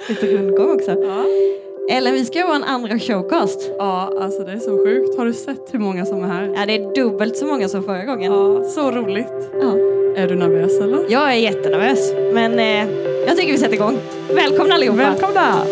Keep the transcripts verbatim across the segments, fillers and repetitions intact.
lite rundgång också. Ja. Eller vi ska göra en andra showcast. Ja, alltså det är så sjukt. Har du sett hur många som är här? Ja, det är dubbelt så många som förra gången. Ja, så roligt. Ja. Är du nervös eller? Jag är jättenervös, men eh, jag tycker vi sätter igång. Välkomna allihopa. Välkomna!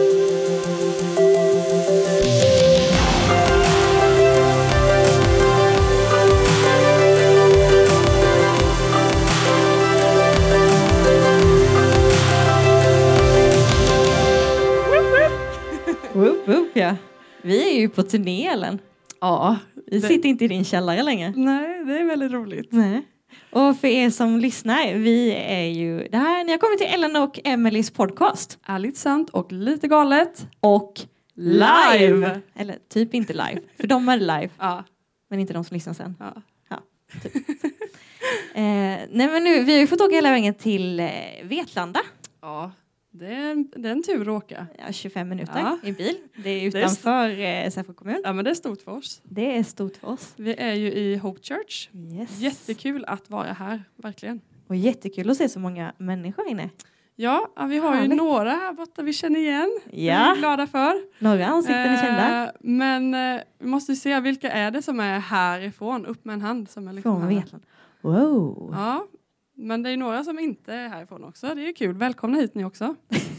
Upp, upp, ja. Vi är ju på turné, Ellen. Ja. Vi det... sitter inte i din källare längre. Nej, det är väldigt roligt. Nej. Och för er som lyssnar, vi är ju... Det här, ni har kommit till Ellen och Emelies podcast. Ärligt sant och lite galet. Och Live! live. Eller typ inte live. För de är live. Ja. Men inte de som lyssnar sen. Ja. Ja, typ. eh, nej men nu, vi har ju fått åka hela vägen till eh, Vetlanda. Ja. Det är, en, det är en tur att åka. Ja, tjugofem minuter Ja. i bil. Det är Det är utanför eh, Säffle kommun. Ja, men det är stort för oss. Det är stort för oss. Vi är ju i Hope Church. Yes. Jättekul att vara här, verkligen. Och jättekul att se så många människor inne. Ja, vi har ju Härligt. några här borta vi känner igen. Ja. Det är vi glada för. Några ansikten är kända. Eh, men eh, vi måste se vilka är det som är härifrån. Upp med en hand. Som är liksom Från här. Vetlanda. Wow. Ja, men det är några som inte är härifrån också. Det är kul. Välkomna hit ni också.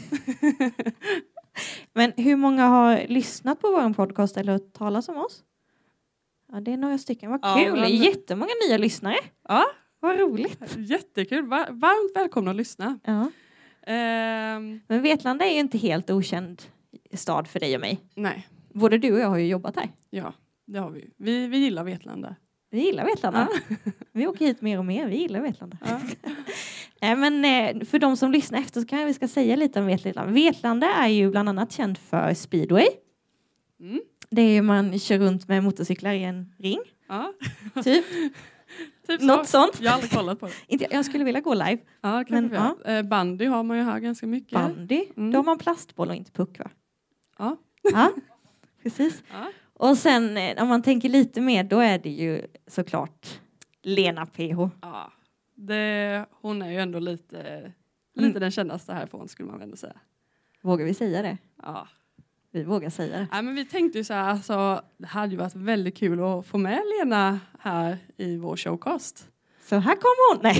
Men hur många har lyssnat på vår podcast eller hört talas om oss? Ja, det är några stycken. Vad Ja, kul. Det är men- jättemånga nya lyssnare. Ja, Vad roligt. jättekul. Va- varmt välkomna att lyssna. Ja. Ehm, Men Vetlanda är ju inte helt okänd stad för dig och mig. nej, Både du och jag har ju jobbat här. ja, det har vi. Vi, vi gillar Vetlanda. Vi gillar Vetlanda. Vi åker hit mer och mer. Vi gillar Vetlanda. Ja. Nej, men eh, för de som lyssnar efter så kan vi ska säga lite om Vetlanda. Vetlanda är ju bland annat känd för speedway. Mm. Det är ju man kör runt med motorcyklar i en ring. Ja. Typ. Typ Något så. sånt. Jag har aldrig kollat på det. Inte, jag skulle vilja gå live. Ja, kanske Men, vi har. Eh, bandy har man ju här ganska mycket. Bandy. Mm. Då har man plastboll och inte puck, va? Ja. Ja, precis. Ja. Och sen eh, om man tänker lite mer, då är det ju såklart Lena P H. Ja. Det, hon är ju ändå lite, lite Mm. den kändaste härifrån skulle man ändå säga. Vågar vi säga det? Ja. Vi vågar säga det. Nej, men vi tänkte ju så här, alltså, det hade ju varit väldigt kul att få med Lena här i vår showcast. Så här kommer hon. Nej.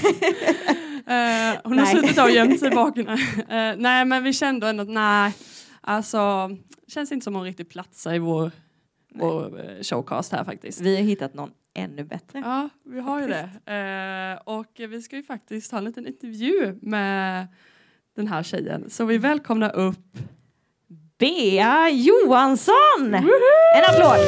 Eh, hon har Nej. suttit där och gömt sig bakom. Uh, nej, men vi kände ändå att nej, alltså, känns inte som hon riktigt platsar i vår, vår eh, showcast här faktiskt. Vi har hittat någon ännu bättre. Ja, vi har ju det. Eh, och vi ska ju faktiskt ha en liten intervju med den här tjejen. Så vi välkomnar upp Bea Johansson! En applåd!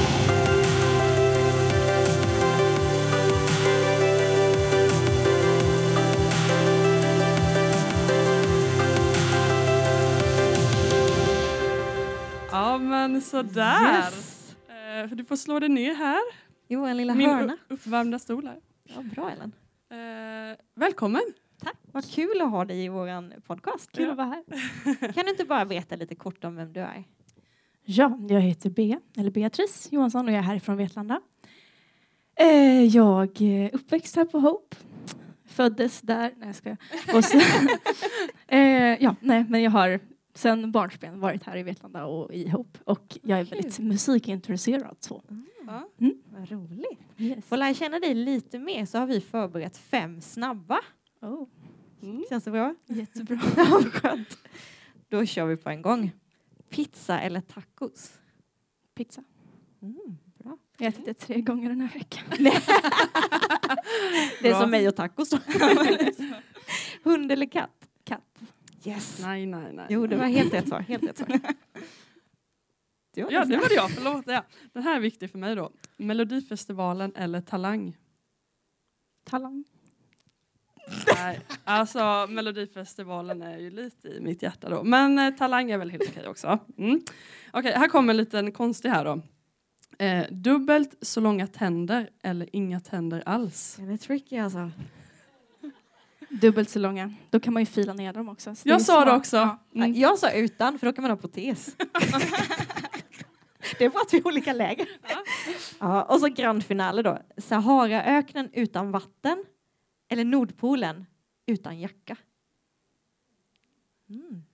Ja, men sådär. Yes. Eh, för du får slå dig ner här. Jo, en lilla Min hörna. upp- uppvärmda stol här. Ja, bra, Ellen. Eh, välkommen. Tack. Vad kul att ha dig i våran podcast. Kul Ja. att vara här. Kan du inte bara berätta lite kort om vem du är? Ja, jag heter Bea, eller Beatrice Johansson och jag är härifrån Vetlanda. Eh, jag är uppväxt här på Hope. Föddes där. Nej, jag ska. Och så, eh, ja, nej, men jag har sedan barnsben varit här i Vetlanda och i Hope. Och jag är väldigt musikintresserad. Så. Ja. Vad roligt. Yes. För att lära känna dig lite mer så har vi förberett fem snabba. Oh, Mm. Känns det bra? jättebra. Ja, skönt. Då kör vi på en gång. Pizza eller tacos? Pizza. Mm, bra. Jag har ätit det tre gånger den här veckan. Det är Bra. som mig och tacos då. Hund eller katt? Katt. Yes. Nej, nej, nej. Jo, det var helt rätt svar. Helt rätt svar. Du var Ja, nästan- det var det jag. Förlåt. Ja. Den här är viktig för mig då. Melodifestivalen eller Talang? Talang. Nej, alltså Melodifestivalen är ju lite i mitt hjärta då. Men eh, Talang är väl helt okej också. Mm. Okej, här kommer en liten konstig här då. Eh, dubbelt så långa tänder eller inga tänder alls? Den är tricky alltså. Dubbelt så långa. Då kan man ju fila ner dem också. Så det Jag är sa det smart. också. Ja. Mm. Jag sa utan, för då kan man ha protes. Det är bara att vi är olika läger. Ja. Ja, och så grandfinale då. Saharaöknen utan vatten eller Nordpolen utan jacka? Mm.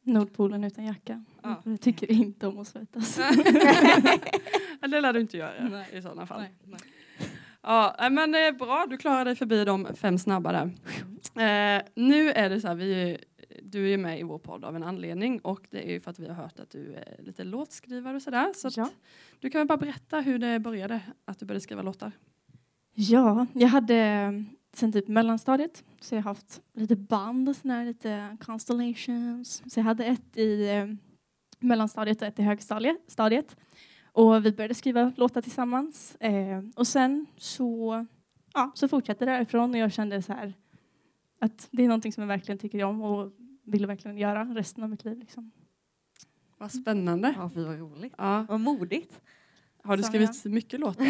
Nordpolen utan jacka. Ja. Jag tycker inte om att svettas. Det lär du inte göra Nej. i sådana fall. Nej, nej. Ja, men det är bra. Du klarar dig förbi de fem snabbare. Eh, nu är det så här, vi är, du är ju med i vår podd av en anledning. Och det är ju för att vi har hört att du är lite låtskrivare och sådär. Så Ja. att du kan väl bara berätta hur det började, att du började skriva låtar. Ja, jag hade sen typ mellanstadiet. Så jag har haft lite band och sådär, lite constellations. Så jag hade ett i eh, mellanstadiet och ett i högstadiet. Och vi började skriva låtar tillsammans. Eh, och sen så, ja, så fortsatte det därifrån. Och jag kände så här att det är någonting som jag verkligen tycker om. Och vill verkligen göra resten av mitt liv. Liksom. Vad spännande. Ja, fy vad roligt. Ja. Vad modigt. Har du Så skrivit mycket låtar?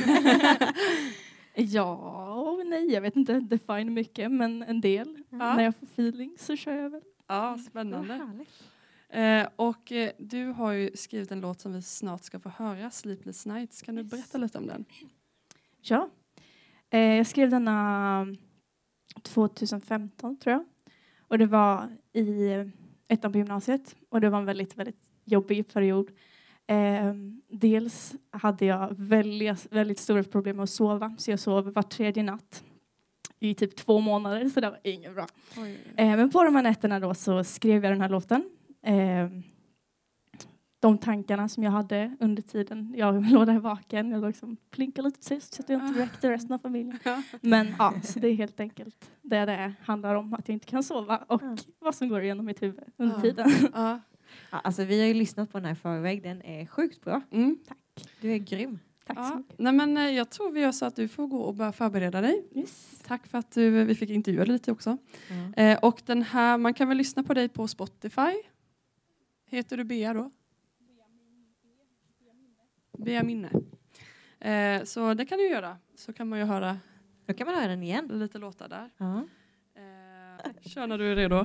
Ja och nej, jag vet inte. Define mycket, men en del. Ja. När jag får feeling så kör jag väl. Ja, Vad spännande. härligt. Eh, och eh, du har ju skrivit en låt som vi snart ska få höra, Sleepless Nights. Kan du Yes. berätta lite om den? Ja. Eh, jag skrev denna tjugohundrafemton tror jag. Och det var i ettan på gymnasiet. Och det var en väldigt, väldigt jobbig period. Eh, dels hade jag väldigt, väldigt stora problem med att sova. Så jag sov var tredje natt i typ två månader. Så det var inget bra. Eh, men på de här nätterna då så skrev jag den här låten. Eh, de tankarna som jag hade under tiden jag låg där vaken. Jag liksom plinkade lite tyst så att jag inte väckte resten av familjen. Ja. Men ja, så det är helt enkelt det det handlar om. Att jag inte kan sova och Ja. vad som går igenom mitt huvud under Ja. tiden. Ja. Ja, alltså, vi har ju lyssnat på den här i förväg. Den är sjukt bra. Mm. Du är grym. Tack så Ja. mycket. Nej, men, eh, jag tror vi gör så att du får gå och börja förbereda dig. Yes. Tack för att du, vi fick intervjua dig lite också. Ja. Eh, och den här, man kan väl lyssna på dig på Spotify. Heter du Bea då? Bea Minne. Eh, så det kan du göra. Så kan man ju höra Då kan man höra den igen. lite låtar där. Ja. Eh, kör när du är redo.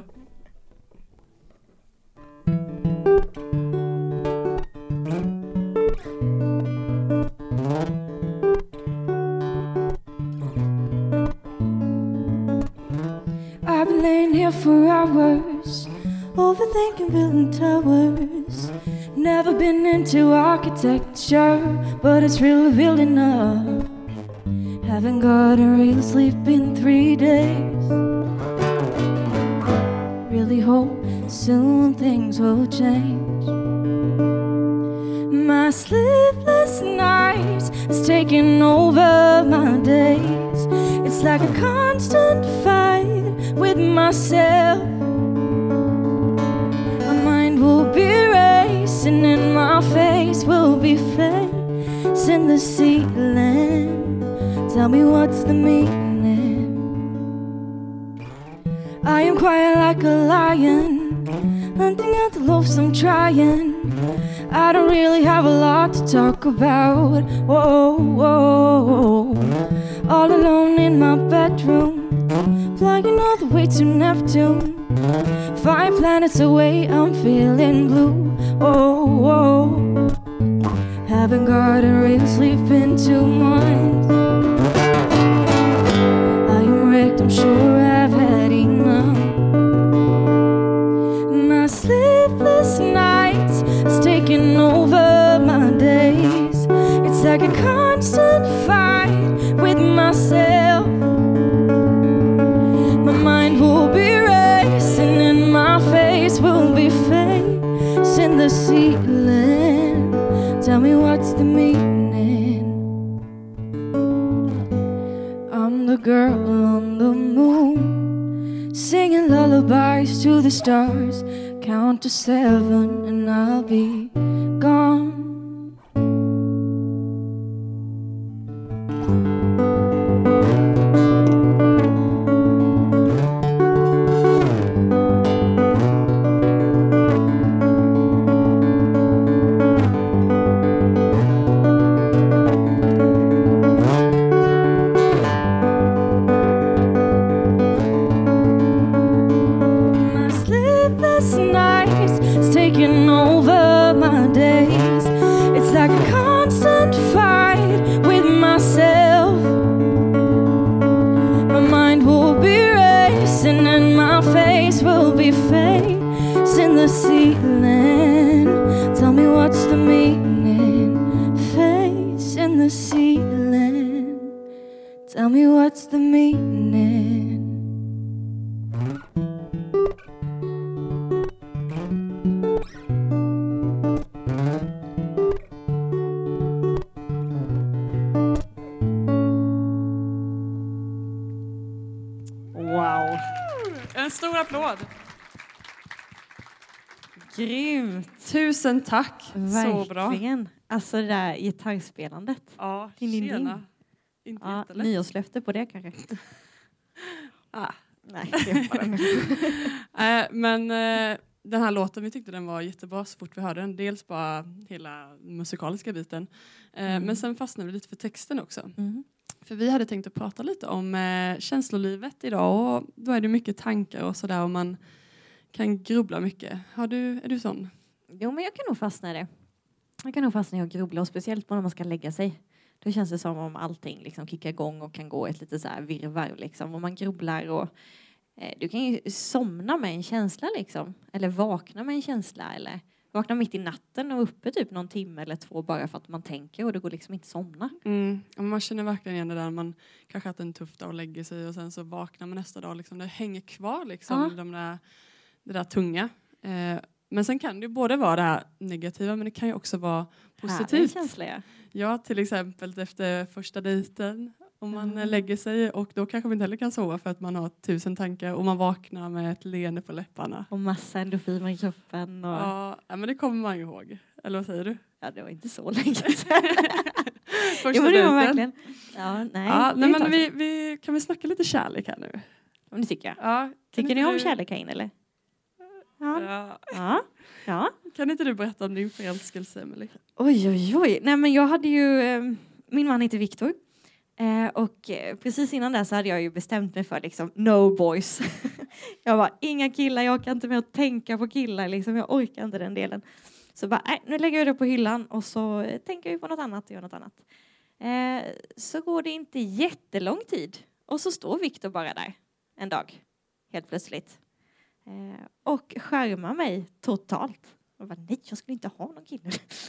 I've been laying here for hours, overthinking building towers. Never been into architecture, but it's really building up. Haven't got a real sleep in three days. Really hope soon things will change. My sleepless nights is taking over my days. It's like a constant fight with myself. My mind will be racing and my face will be facing the ceiling. Tell me what's the meaning? I am quiet like a lion, hunting out the loathsome trying. I don't really have a lot to talk about. Whoa, whoa. All alone in my bedroom, flying all the way to Neptune. Five planets away, I'm feeling blue. Whoa, whoa. Haven't got a real sleep in two months. I am wrecked, I'm sure I've had enough. My sleepless nights is taking over my days. It's like a constant fight with myself. My mind will be racing and my face will be facing the ceiling. Tell me what's the meaning? I'm the girl on the moon, singing lullabies to the stars. Count to seven and I'll be gone. My sleepless nights is taking over my ceiling. Tell me what's the meaning. Face in the ceiling. Tell me what's the meaning. Wow. En stor applåd. Grymt. Tusen tack. Så bra. Verkligen. Alltså det där gitarrspelandet. Ja, Din, din, din. tjena. Inte Ja, jättelätt. nyårslöfte på det kanske. Ah. Nej, det är bara Eh, men eh, den här låten, vi tyckte den var jättebra så fort vi hörde den. Dels bara hela musikaliska biten. Eh, Mm. Men sen fastnade vi lite för texten också. mm. För vi hade tänkt att prata lite om eh, känslolivet idag. Och då är det mycket tankar och sådär. Och man kan grubbla mycket. Har du, är du sån? Jo, men jag kan nog fastna i det. Jag kan nog fastna i att grubbla, och speciellt på när man ska lägga sig. Då känns det som om allting liksom kickar igång och kan gå ett lite så här virrvarr liksom. Och man grubblar och eh, du kan ju somna med en känsla liksom. Eller vakna med en känsla. Eller vakna mitt i natten och uppe typ någon timme eller två bara för att man tänker och det går liksom inte somna. Mm. Och man känner verkligen igen det där. Man kanske haft en tuff dag och lägger sig. Och sen så vaknar man nästa dag. Liksom, det hänger kvar liksom. Ja. De där, det där tunga. Eh, men sen kan det ju både vara det här negativa. Men det kan ju också vara Härlig positivt. känsla, ja. Ja, till exempel efter första dejten. Om man Mm. lägger sig och då kanske man inte heller kan sova för att man har tusen tankar. Och man vaknar med ett leende på läpparna. Och massa endorfiner i kroppen. Och... Ja. Ja, men det kommer man ihåg. Eller vad säger du? det var inte så länge sedan. Första Jo, men det var dejten. verkligen. Ja, nej. Ja, det nej är men klart. vi, vi, kan vi snacka lite kärlek här nu? Om det tycker jag. Ja, Tycker kan ni inte om du- kärlek här inne, eller? Ja. Ja. Ja. Ja. Kan inte du berätta om din förälskelse, Emily? Oj, oj, oj. Nej, men jag hade ju... Eh, min man heter Viktor. Eh, och eh, precis innan det så hade jag ju bestämt mig för liksom, no boys. Jag var inga killar, jag kan inte med att tänka på killar. Liksom, jag orkar inte den delen. Så bara, nej, nu lägger jag det på hyllan och så eh, tänker jag på något annat och gör något annat. Eh, så går det inte jättelång tid. Och så står Viktor bara där en dag. Helt plötsligt. Eh, och skärmar mig totalt. Jag bara, nej, jag skulle inte ha någon kille.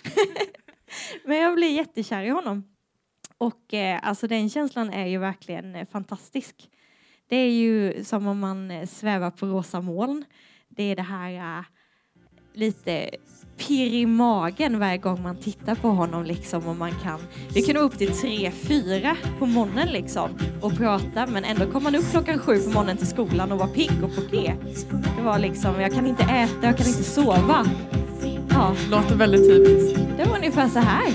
Men jag blir jättekär i honom. Och eh, alltså den känslan är ju verkligen eh, fantastisk. Det är ju som om man eh, svävar på rosa moln. Det är det här eh, lite pirr i magen varje gång man tittar på honom liksom. Och man kan, det kan vara upp till tre, fyra på morgonen liksom. Och prata, men ändå kom man upp klockan sju på morgonen till skolan och var pigg och på G. Det var liksom, jag kan inte äta, jag kan inte sova. Ja, Låter väldigt typiskt. det var ungefär så här.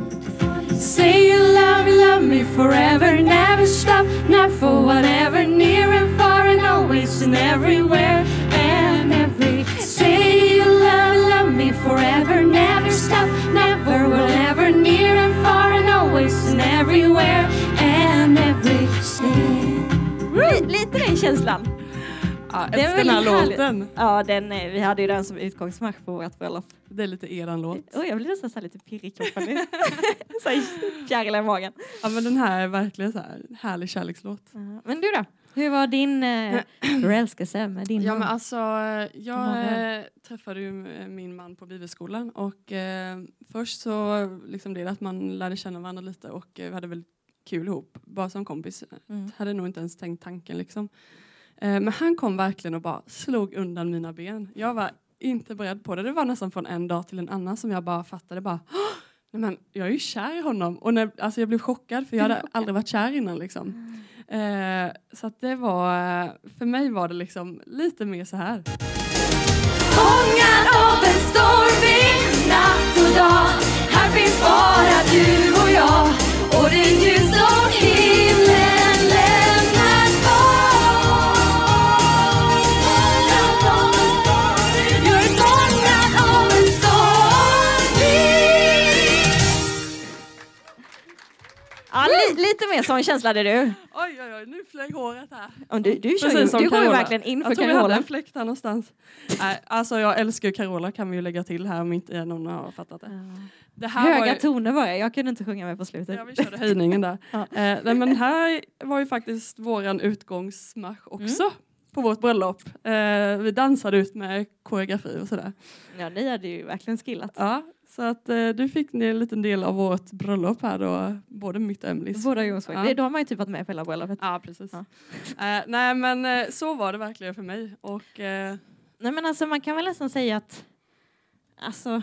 Say you love me, love me forever, never stop, not for whatever, near and far and always and everywhere and every. Say you love me, love me forever, never stop, never, whatever, near and far and always and everywhere and every. Li- Lite den känslan. Ja, Det är älskar den här väldigt härligt. låten. Ja, den, eh, vi hade ju den som utgångsmarsch på vårt bröllop. Det är lite eran låt. Oh, jag blir nästan så här lite pirrig i kroppen nu. Så här fjärilar i magen. Ja, men den här är verkligen så här härlig kärlekslåt. Ja, men du då? Hur var din eh, förälskelse med din Ja, man? men alltså, jag var det? eh, träffade ju min man på bibelskolan och eh, först så liksom det att man lärde känna varandra lite och eh, vi hade väl kul ihop, bara som kompis. Mm. Hade nog inte ens tänkt tanken liksom. Eh, men han kom verkligen och bara slog undan mina ben. Jag var inte beredd på det. Det var nästan från en dag till en annan som jag bara fattade bara, nej men jag är ju kär i honom. Och när, alltså jag blev chockad för jag hade aldrig varit kär innan liksom. Eh, så att det var, för mig var det liksom lite mer så här. Fångad av en stormvind, natt och dag. Här finns bara du och jag. Och det ljus som himlen lämnar kvar. Jag är fångad av en stormvind. Ja, li- lite mer sån känsla hade du. Oj, oj, oj, nu flög håret här. Och du, du, kör Precis ju, som du går ju Carola. verkligen in för Jag tror vi hade Carola. en fläkt här någonstans. Nej, alltså jag älskar ju Carola, kan vi ju lägga till här om inte någon har fattat det. Det här var Höga ju, toner var jag. Jag kunde inte sjunga med på slutet. ja, vi körde höjningen där. Ja. eh, nej, men här var ju faktiskt våran utgångsmarsch också. på vårt bröllop. Eh, vi dansade ut med koreografi och sådär. Ja, ni hade ju verkligen skillat. Ja, så att eh, du fick en liten del av vårt bröllop här då. Både mitt och Emelies. Båda Jonsson. Ja. Det, då har man ju typ varit med på hela bröllopet. Ja, precis. Ja. Eh, nej, men eh, så var det verkligen för mig. Och... Eh, Nej, men alltså man kan väl nästan säga att alltså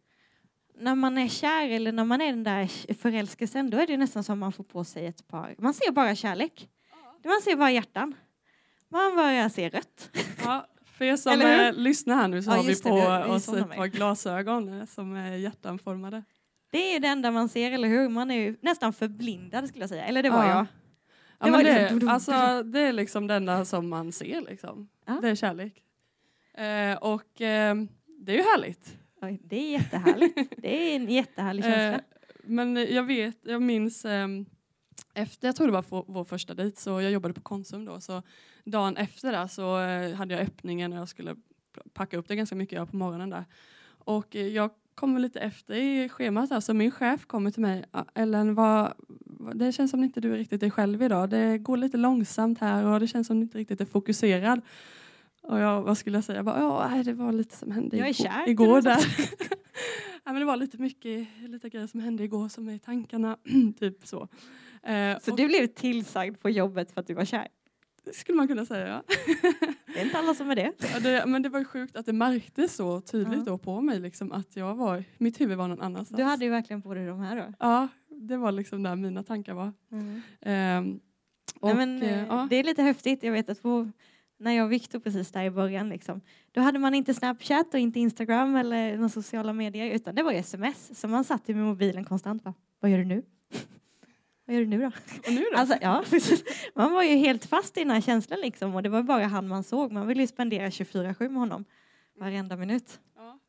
när man är kär eller när man är den där förälskelsen, då är det nästan som man får på sig ett par. Man ser bara kärlek. Man ser bara hjärtan. Man börjar se rött. ja, för er som Eller eh, lyssnar här nu så Ja, har vi just det, på vi- vi oss såg ett mig. par glasögon eh, som är hjärtanformade. Det är det enda man ser, eller hur? Man är ju nästan förblindad skulle jag säga. Eller det var Ja. jag. Ja, Det men var det, liksom- alltså, det är liksom det enda som man ser. Liksom. Ja. Det är kärlek. Eh, och eh, det är ju härligt. Oj, det är jättehärligt. Det är en jättehärlig känsla. Eh, men jag vet, jag minns eh, efter, jag tror det var för, vår första dejt, så jag jobbade på Konsum då. Så dagen efter där så eh, hade jag öppningen och jag skulle packa upp det ganska mycket jag på morgonen där. Och eh, jag kommer lite efter i schemat där, så min chef kommer till mig. "Ah, Ellen, vad, vad, det känns som inte du är riktigt dig själv idag. Det går lite långsamt här och det känns som du inte riktigt är fokuserad." Och jag, vad skulle jag säga? Jag bara, ja, nej, det var lite som hände Jag är igår, kär, igår kan du där. Ja, men det var lite mycket, lite grejer som hände igår som är i tankarna. Typ så. Eh, Så och du blev tillsagd på jobbet för att du var kär? det skulle man kunna säga, ja. Det är inte alla som är det. Ja, det, men det var ju sjukt att det märktes så tydligt Ja. då på mig. Liksom, att jag var, mitt huvud var någon annanstans. Du hade ju verkligen på dig de här då. Ja, det var liksom där mina tankar var. Mm. Ehm, och, Nej, men, eh, eh, ja. Det är lite häftigt. Jag vet att på, när jag och Victor precis där i början, liksom, då hade man inte Snapchat och inte Instagram eller några sociala medier, utan det var ju sms. Så man satt ju med mobilen konstant. Va? Vad gör du nu? Vad gör du nu då? Och nu då? Alltså, ja, precis. Man var ju helt fast i den här känslan liksom, och det var bara han man såg. Man ville ju spendera tjugofyra sju med honom varenda minut. Ja.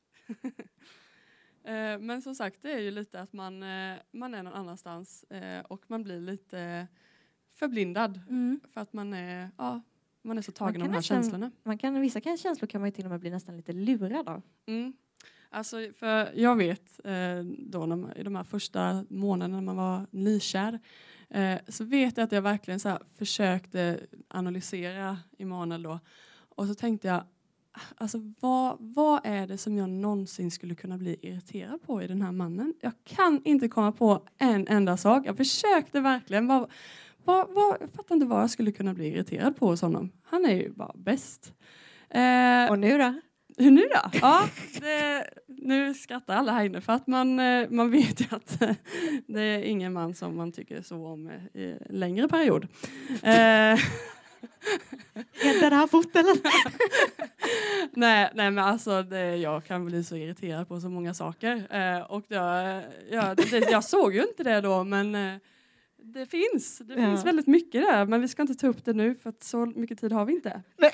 Eh, men som sagt, det är ju lite att man, eh, man är någon annanstans eh, och man blir lite förblindad för att man är, ja, man är så tagen kan av de här nästan- känslorna. Man kan, vissa kan, känslor kan man ju till och med bli nästan lite lurad av. Mm. Alltså, för jag vet eh, då när man, i de här första månaderna när man var nykär, eh, så vet jag att jag verkligen så här försökte analysera Emanuel då. Och så tänkte jag, alltså vad, vad är det som jag någonsin skulle kunna bli irriterad på i den här mannen? Jag kan inte komma på en enda sak. Jag försökte verkligen. Vad, vad, vad, jag fattar inte vad jag skulle kunna bli irriterad på hos honom. Han är ju bara bäst. Eh, Och nu då? hur nu då? Ja, det, nu skrattar alla här inne för att man, eh, man vet ju att eh, det är ingen man som man tycker så om eh, i en längre period. Eh, Rädda det här fort eller? nej, nej, men alltså det, jag kan bli så irriterad på så många saker. Eh, och jag, jag, det, jag såg ju inte det då, men eh, det finns. Det Ja. finns väldigt mycket där, men vi ska inte ta upp det nu för att så mycket tid har vi inte. Nej.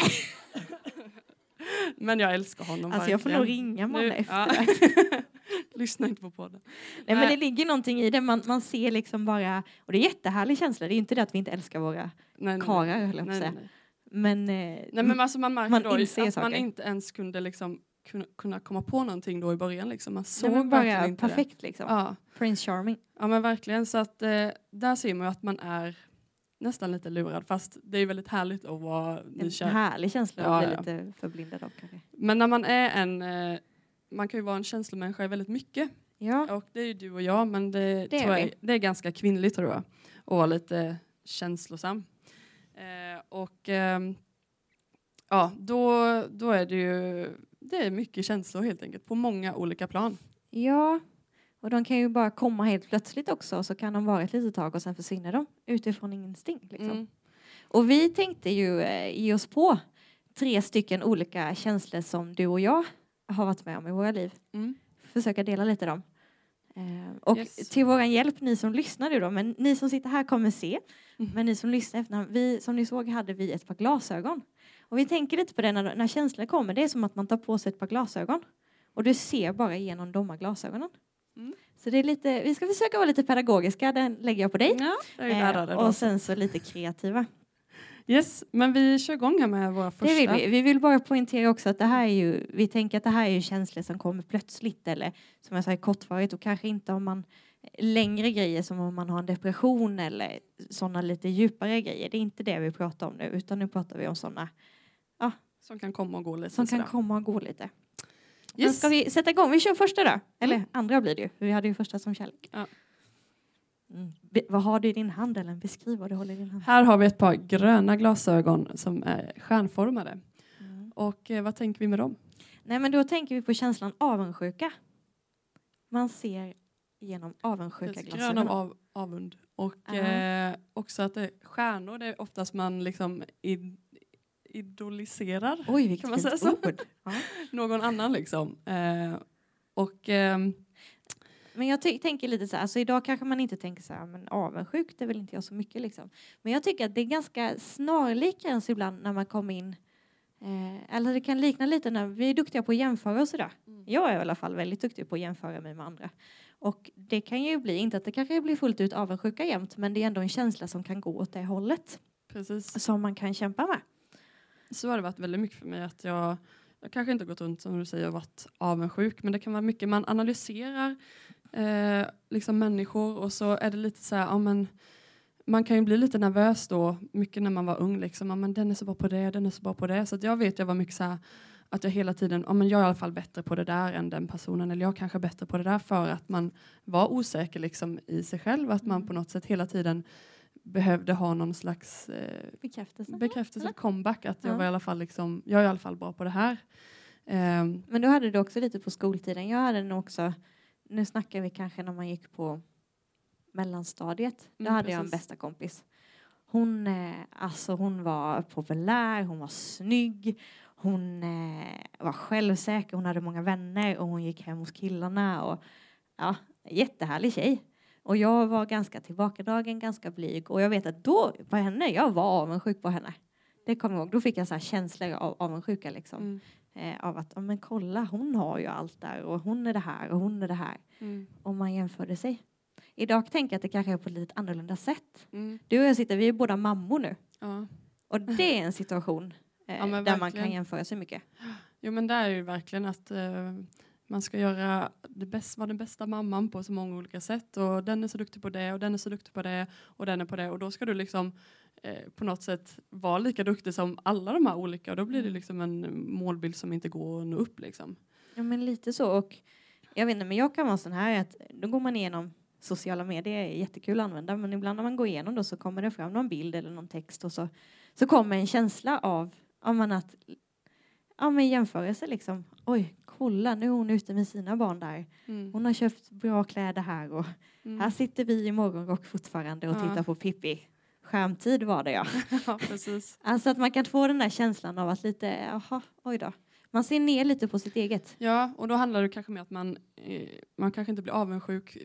Men jag älskar honom Alltså jag får verkligen. nog ringa Manne Nu- efter ja. det. Lyssna inte på podden. Nej, men Nej. det ligger någonting i det. Man, man ser liksom bara, och det är jättehärlig känsla. Det är inte det att vi inte älskar våra Nej, nej, karar, höll jag på att nej, säga. nej, nej. Men, eh, Nej, men alltså man märker Man då inser att man saker. inte ens kunde liksom kunna, kunna komma på någonting då i början. Liksom. Man såg nej, men verkligen bara inte perfekt liksom. det. Ja. Prince Charming. ja, men verkligen. Så att eh, där ser man ju att man är nästan lite lurad. Fast det är väldigt härligt att vara En nykär. härlig känsla Ja, att bli ja. lite förblindad av kanske. Men när man är en... Eh, man kan ju vara en känslomänniska väldigt mycket. Ja, Och det är ju du och jag. Men det, Det är tror jag, vi. det är ganska kvinnligt tror jag. Att vara lite känslosam. Eh, och... ehm, Ja, då, då är det ju det är mycket känslor helt enkelt på många olika plan. ja. Och de kan ju bara komma helt plötsligt också. Och så kan de vara ett litet tag och sen försvinner de utifrån ingenting. Liksom. Mm. Och vi tänkte ju eh, ge oss på tre stycken olika känslor som du och jag har varit med om i våra liv. Mm. Försöka dela lite dem. Eh, och Yes. till våran hjälp, ni som lyssnar nu då, men ni som sitter här kommer se. Mm. Men ni som lyssnar efter, vi, som ni såg hade vi ett par glasögon. Och vi tänker lite på det när, när känslor kommer. Det är som att man tar på sig ett par glasögon. Och du ser bara igenom de här glasögonen. Mm. Så det är lite, vi ska försöka vara lite pedagogiska, den lägger jag på dig. Ja, jag är lärare Eh, då. och sen så lite kreativa. Yes, men vi kör igång här med våra första. Det vill vi. Vi vill bara poängtera också att det här är ju, vi tänker att det här är ju känslor som kommer plötsligt eller som jag sa kortvarigt och kanske inte om man längre grejer som om man har en depression eller sådana lite djupare grejer. Det är inte det vi pratar om nu utan nu pratar vi om sådana Som kan komma och gå lite. Som kan sådär. komma och gå lite. Men Yes. ska vi sätta igång? Vi kör första då. Eller mm. andra blir det ju. För vi hade ju första som kärlek. Ja. Mm. Be- vad har du i din hand? Eller beskriv vad du håller i din hand. Här har vi ett par gröna glasögon som är stjärnformade. Mm. Och eh, vad tänker vi med dem? Nej, men då tänker vi på känslan avundsjuka. Man ser genom avundsjuka Grön glasögon. av av, avund. Och Aha. eh, också att det är stjärnor, det är oftast man liksom id, idoliserar Oj, vilket kan man fint säga så? ord. Ja. någon annan liksom. Eh, och ehm, Men jag ty- tänker lite så här, alltså idag kanske man inte tänker så här, men avundsjuk, det är väl inte jag så mycket liksom. Men jag tycker att det är ganska snarlika ens ibland när man kommer in. Eh, eller det kan likna lite när vi är duktiga på att jämföra och sådär. Mm. Jag är i alla fall väldigt duktig på att jämföra mig med andra. Och det kan ju bli, inte att det kanske blir fullt ut avundsjuka jämt, men det är ändå en känsla som kan gå åt det hållet. precis. Som man kan kämpa med. Så har det varit väldigt mycket för mig att jag, jag kanske inte har gått runt som du säger och varit avundsjuk, men det kan vara mycket man analyserar eh, liksom människor och så är det lite så här, ja men man kan ju bli lite nervös då, mycket när man var ung liksom, ja men den är så bra på det, den är så bra på det, så att jag vet jag var mycket så här att jag hela tiden, ja men jag är i alla fall bättre på det där än den personen, eller jag kanske är bättre på det där, för att man var osäker liksom i sig själv, att man Mm. på något sätt hela tiden behövde ha någon slags eh, Bekräftelse. bekräftelse, Eller? comeback, att jag Ja. var i alla fall liksom, jag är i alla fall bra på det här. Ehm, Men då hade du också lite på skoltiden. Jag hade nog också, nu snackar vi kanske när man gick på mellanstadiet. Då Mm, hade jag en precis. bästa kompis. Hon, eh, alltså hon var populär, hon var snygg, hon eh, var självsäker, hon hade många vänner och hon gick hem hos killarna. Och, ja, jättehärlig tjej. Och jag var ganska tillbakadragen, ganska blyg. Och jag vet att då på henne, jag var avundsjuk på henne. Det kommer jag ihåg. Då fick jag så här känslor av avundsjuka liksom. mm, Eh, av att, ja, men kolla, hon har ju allt där och hon är det här och hon är det här. mm, Och man jämförde sig. Idag tänker jag att det kanske är på ett lite annorlunda sätt. mm, Du och jag sitter, vi är båda mammor nu. ja. Och det är en situation eh, Ja, men där man verkligen. kan jämföra sig mycket. Jo men det är ju verkligen att eh, man ska göra det bäst, vara den bästa mamman på så många olika sätt, och den är så duktig på det och den är så duktig på det och den är på det, och då ska du liksom eh, på något sätt vara lika duktig som alla de här olika, och då blir det liksom en målbild som inte går att nå upp liksom. Ja, men lite så. Och jag vet inte, men jag kan vara sån här att då går man igenom sociala medier, är jättekul att använda, men ibland när man går igenom då så kommer det fram någon bild eller någon text och så, så kommer en känsla av, av man att ja, men jämförelse liksom. Oj, kolla, nu är hon ute med sina barn där. Mm. Hon har köpt bra kläder här och Mm. här sitter vi i morgonrock fortfarande och Ja. tittar på Pippi. Skärmtid var det, ja. Ja, precis. Alltså att man kan få den där känslan av att lite, jaha, oj då. Man ser ner lite på sitt eget. Ja, och då handlar det kanske om att man, eh, man kanske inte blir avundsjuk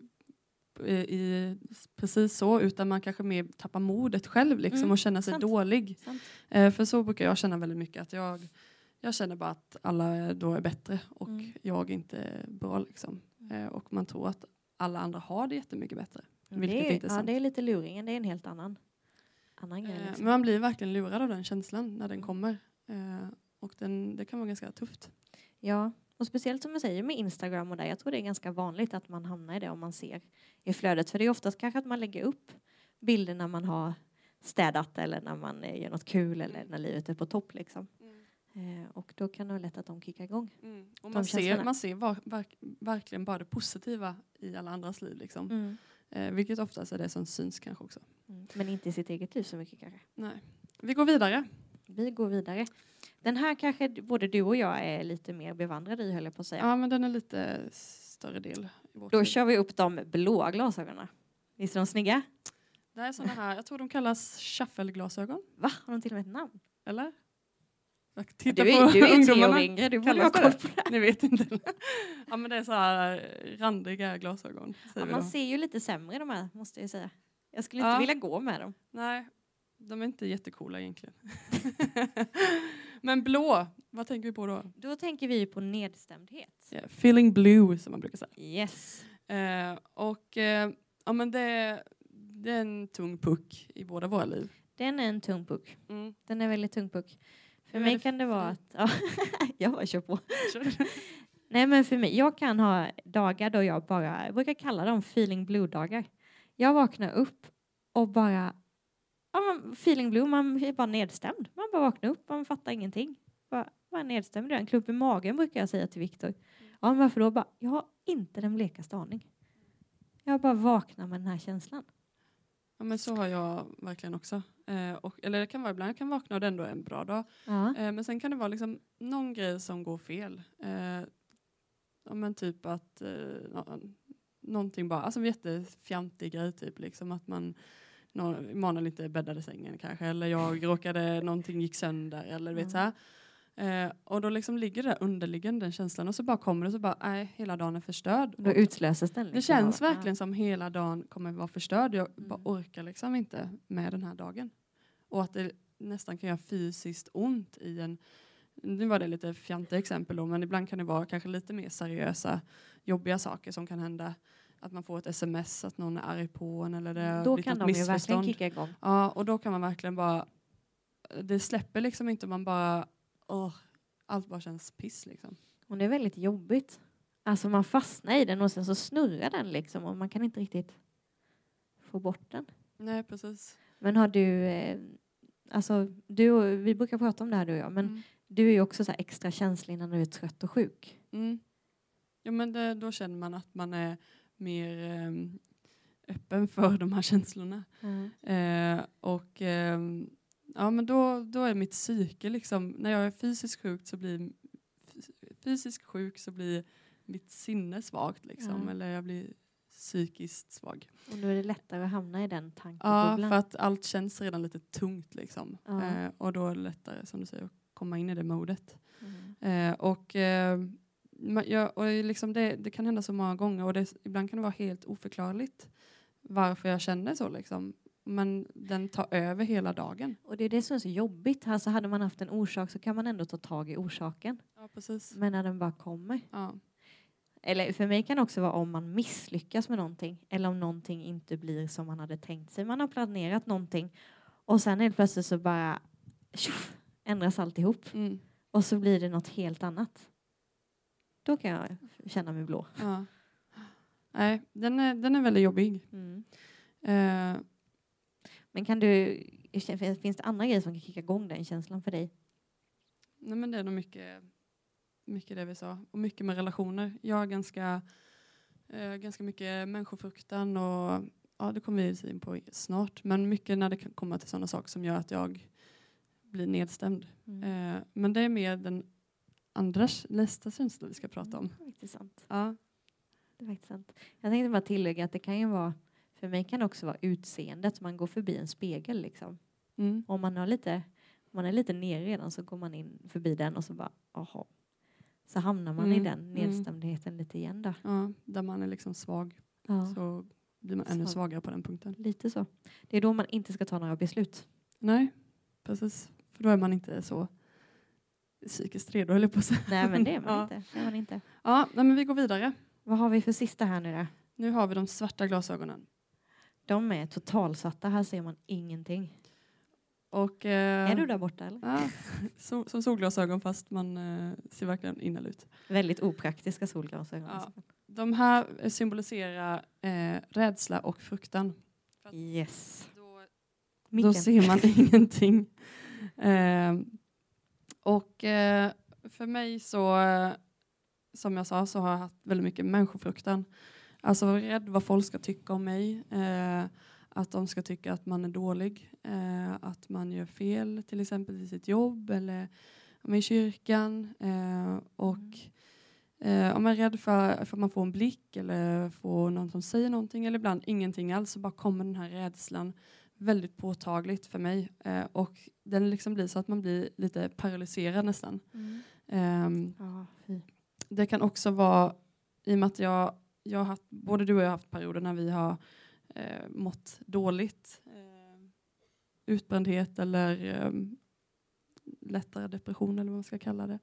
i, i precis så, utan man kanske mer tappar modet själv liksom, Mm, och känner sig sant. dålig. Sant. Eh, för så brukar jag känna väldigt mycket, att jag, jag känner bara att alla då är bättre och Mm. jag inte är bra liksom. Eh, och man tror att alla andra har det jättemycket bättre. Vilket Det är, inte är ja, sant. det är lite luringen, det är en helt annan, annan grej. Eh, Liksom. men man blir verkligen lurad av den känslan när den kommer. Eh, och den, det kan vara ganska tufft. Ja, och speciellt som jag säger med Instagram och där, jag tror det är ganska vanligt att man hamnar i det om man ser i flödet. För det är oftast kanske att man lägger upp bilder när man har städat eller när man eh, gör något kul eller när livet är på topp liksom. Eh, och då kan det vara lätt att de kickar igång. Mm. Och De man ser, känslorna. man ser var, verk, verkligen bara det positiva i alla andras liv. Liksom. Mm. Eh, vilket oftast är det som syns kanske också. Mm. Men inte i sitt eget liv så mycket kanske. Nej. Vi går vidare. Vi går vidare. Den här kanske både du och jag är lite mer bevandrade i, höll jag på att säga. Ja, men den är lite större del i vårt Då liv. kör vi upp de blåa glasögonen. Visst är de snygga? Det är såna här, jag tror de kallas shuffleglasögon. Va? Har de till och med ett namn? Eller? Jag Du tittar är, på du är tre ungdomarna. år yngre, du borde ha Kallas koll det? på det. Ni vet inte. Ja, men det är så här randiga glasögon. Ja, Säger vi man då. ser ju lite sämre de här, måste jag säga. Jag skulle inte Ja. vilja gå med dem. Nej, de är inte jättecoola egentligen. Men blå, vad tänker vi på då? Då tänker vi på nedstämdhet. Yeah, feeling blue som man brukar säga. Yes. Eh, och eh, ja, men det, det är en tung puck i båda våra liv. Den är en tung puck. Mm. Den är väldigt tung puck. För Hur är mig det kan det för vara dig? att... Ja, jag bara kör på. Kör. Nej, men för mig, jag kan ha dagar då jag bara, jag brukar kalla dem feeling blue-dagar. Jag vaknar upp och bara, ja, man, feeling blue, man är bara nedstämd. Man bara vaknar upp, man fattar ingenting. Bara, vad är nedstämd? En klump i magen brukar jag säga till Viktor. Ja, men varför då? Bara, jag har inte den blekaste aning. Jag bara vaknar med den här känslan. Ja, men så har jag verkligen också. Eh, och, eller det kan vara ibland jag kan vakna och det ändå är en bra dag. Ja. Eh, men sen kan det vara liksom någon grej som går fel. Eh, ja, men typ att eh, nå- någonting bara, alltså en jättefjantig grej typ liksom att man nå- Emanuel inte bäddade sängen kanske eller jag råkade, någonting gick sönder eller vet Mm. så här. Eh, och då liksom ligger det underliggande den känslan och så bara kommer det så bara, nej, hela dagen är förstörd. Då Och utlöses den. det liksom. känns Ja. verkligen som hela dagen kommer vara förstörd. Jag Mm. bara orkar liksom inte med den här dagen. Och att det nästan kan göra fysiskt ont i en... Nu var det lite fjantiga exempel då, men ibland kan det vara kanske lite mer seriösa, jobbiga saker som kan hända. Att man får ett sms att någon är arg på en eller det har Då blivit kan något de ju verkligen missförstånd. kicka igång. Ja, och då kan man verkligen bara... Det släpper liksom inte, man bara... Åh, allt bara känns piss liksom. Och det är väldigt jobbigt. Alltså man fastnar i den och sen så snurrar den liksom och man kan inte riktigt få bort den. Nej, precis. Men har du, eh, alltså du och, vi brukar prata om det här du och jag, men Mm. du är ju också så här extra känslig när du är trött och sjuk. Mm. Ja, men det, då känner man att man är mer eh, öppen för de här känslorna. Eh, och eh, ja, men då, då är mitt psyke liksom, när jag är fysiskt sjuk så blir fysiskt sjuk så blir mitt sinne svagt liksom, Ja. eller jag blir psykiskt svag. Och då är det lättare att hamna i den Ja, tankebubblan. för att allt känns redan lite tungt liksom. Ja. Eh, och då är det lättare, som du säger, att komma in i det modet. Mm. Eh, och eh, ma- ja, och liksom det, det kan hända så många gånger och det, ibland kan det vara helt oförklarligt varför jag känner så liksom. Men den tar över hela dagen. Och det är det som är så jobbigt. Alltså hade man haft en orsak så kan man ändå ta tag i orsaken. Ja, precis. Men när den bara kommer. Ja. Eller för mig kan det också vara om man misslyckas med någonting. Eller om någonting inte blir som man hade tänkt sig. Man har planerat någonting. Och sen helt plötsligt så bara tjoff, ändras alltihop. Mm. Och så blir det något helt annat. Då kan jag känna mig blå. Ja. Nej, den är, den är väldigt jobbig. Mm. Eh, Men kan du, finns det andra grejer som kan kicka igång den känslan för dig? nej, men det är nog mycket, mycket det vi sa. Och mycket med relationer. Jag har ganska, eh, ganska mycket människofruktan och ja, det kommer vi in på snart. Men mycket när det kan komma till sådana saker som gör att jag blir nedstämd. Mm. Eh, men det är mer den andra nästa känsla vi ska prata om. Det är faktiskt sant. Ja. Det är faktiskt sant. Jag tänkte bara tillägga att det kan ju vara, för mig kan det också vara utseendet. Man går förbi en spegel liksom. Mm. Om man har lite, om man är lite nere redan så går man in förbi den och så bara, aha. Så hamnar man Mm, i den mm. nedstämdheten lite igen där. Ja, där man är liksom svag Ja, så blir man ännu Svag. svagare på den punkten. lite så. Det är då man inte ska ta några beslut. Nej, precis. För då är man inte så psykiskt redo, höll jag på att säga. Nej, men det är man Ja. inte. Det är man inte. Ja, nej, men vi går vidare. Vad har vi för sista här nu då? Nu har vi de svarta glasögonen. De är totalsvarta. Här ser man ingenting. Och, eh, Är du där borta eller? Ja, so, som solglasögon fast man eh, ser verkligen inåt ut. Väldigt opraktiska solglasögon. Ja. De här symboliserar eh, rädsla och fruktan. Yes. Då, då Micken. ser man ingenting. Eh, och eh, för mig så, eh, som jag sa, så har jag haft väldigt mycket människofruktan. Alltså vara rädd vad folk ska tycka om mig. Eh, att de ska tycka att man är dålig. Eh, att man gör fel till exempel i sitt jobb eller om i kyrkan. Eh, och eh, om man är rädd för, för att man får en blick eller får någon som säger någonting eller ibland ingenting alls så bara kommer den här rädslan väldigt påtagligt för mig. Eh, och den liksom blir så att man blir lite paralyserad nästan. Mm. Ehm, Ja, fy. det kan också vara, i och med att jag, jag har haft, både du och jag har haft perioder när vi har eh, mått dåligt. Eh, utbrändhet eller eh, lättare depression eller vad man ska kalla det.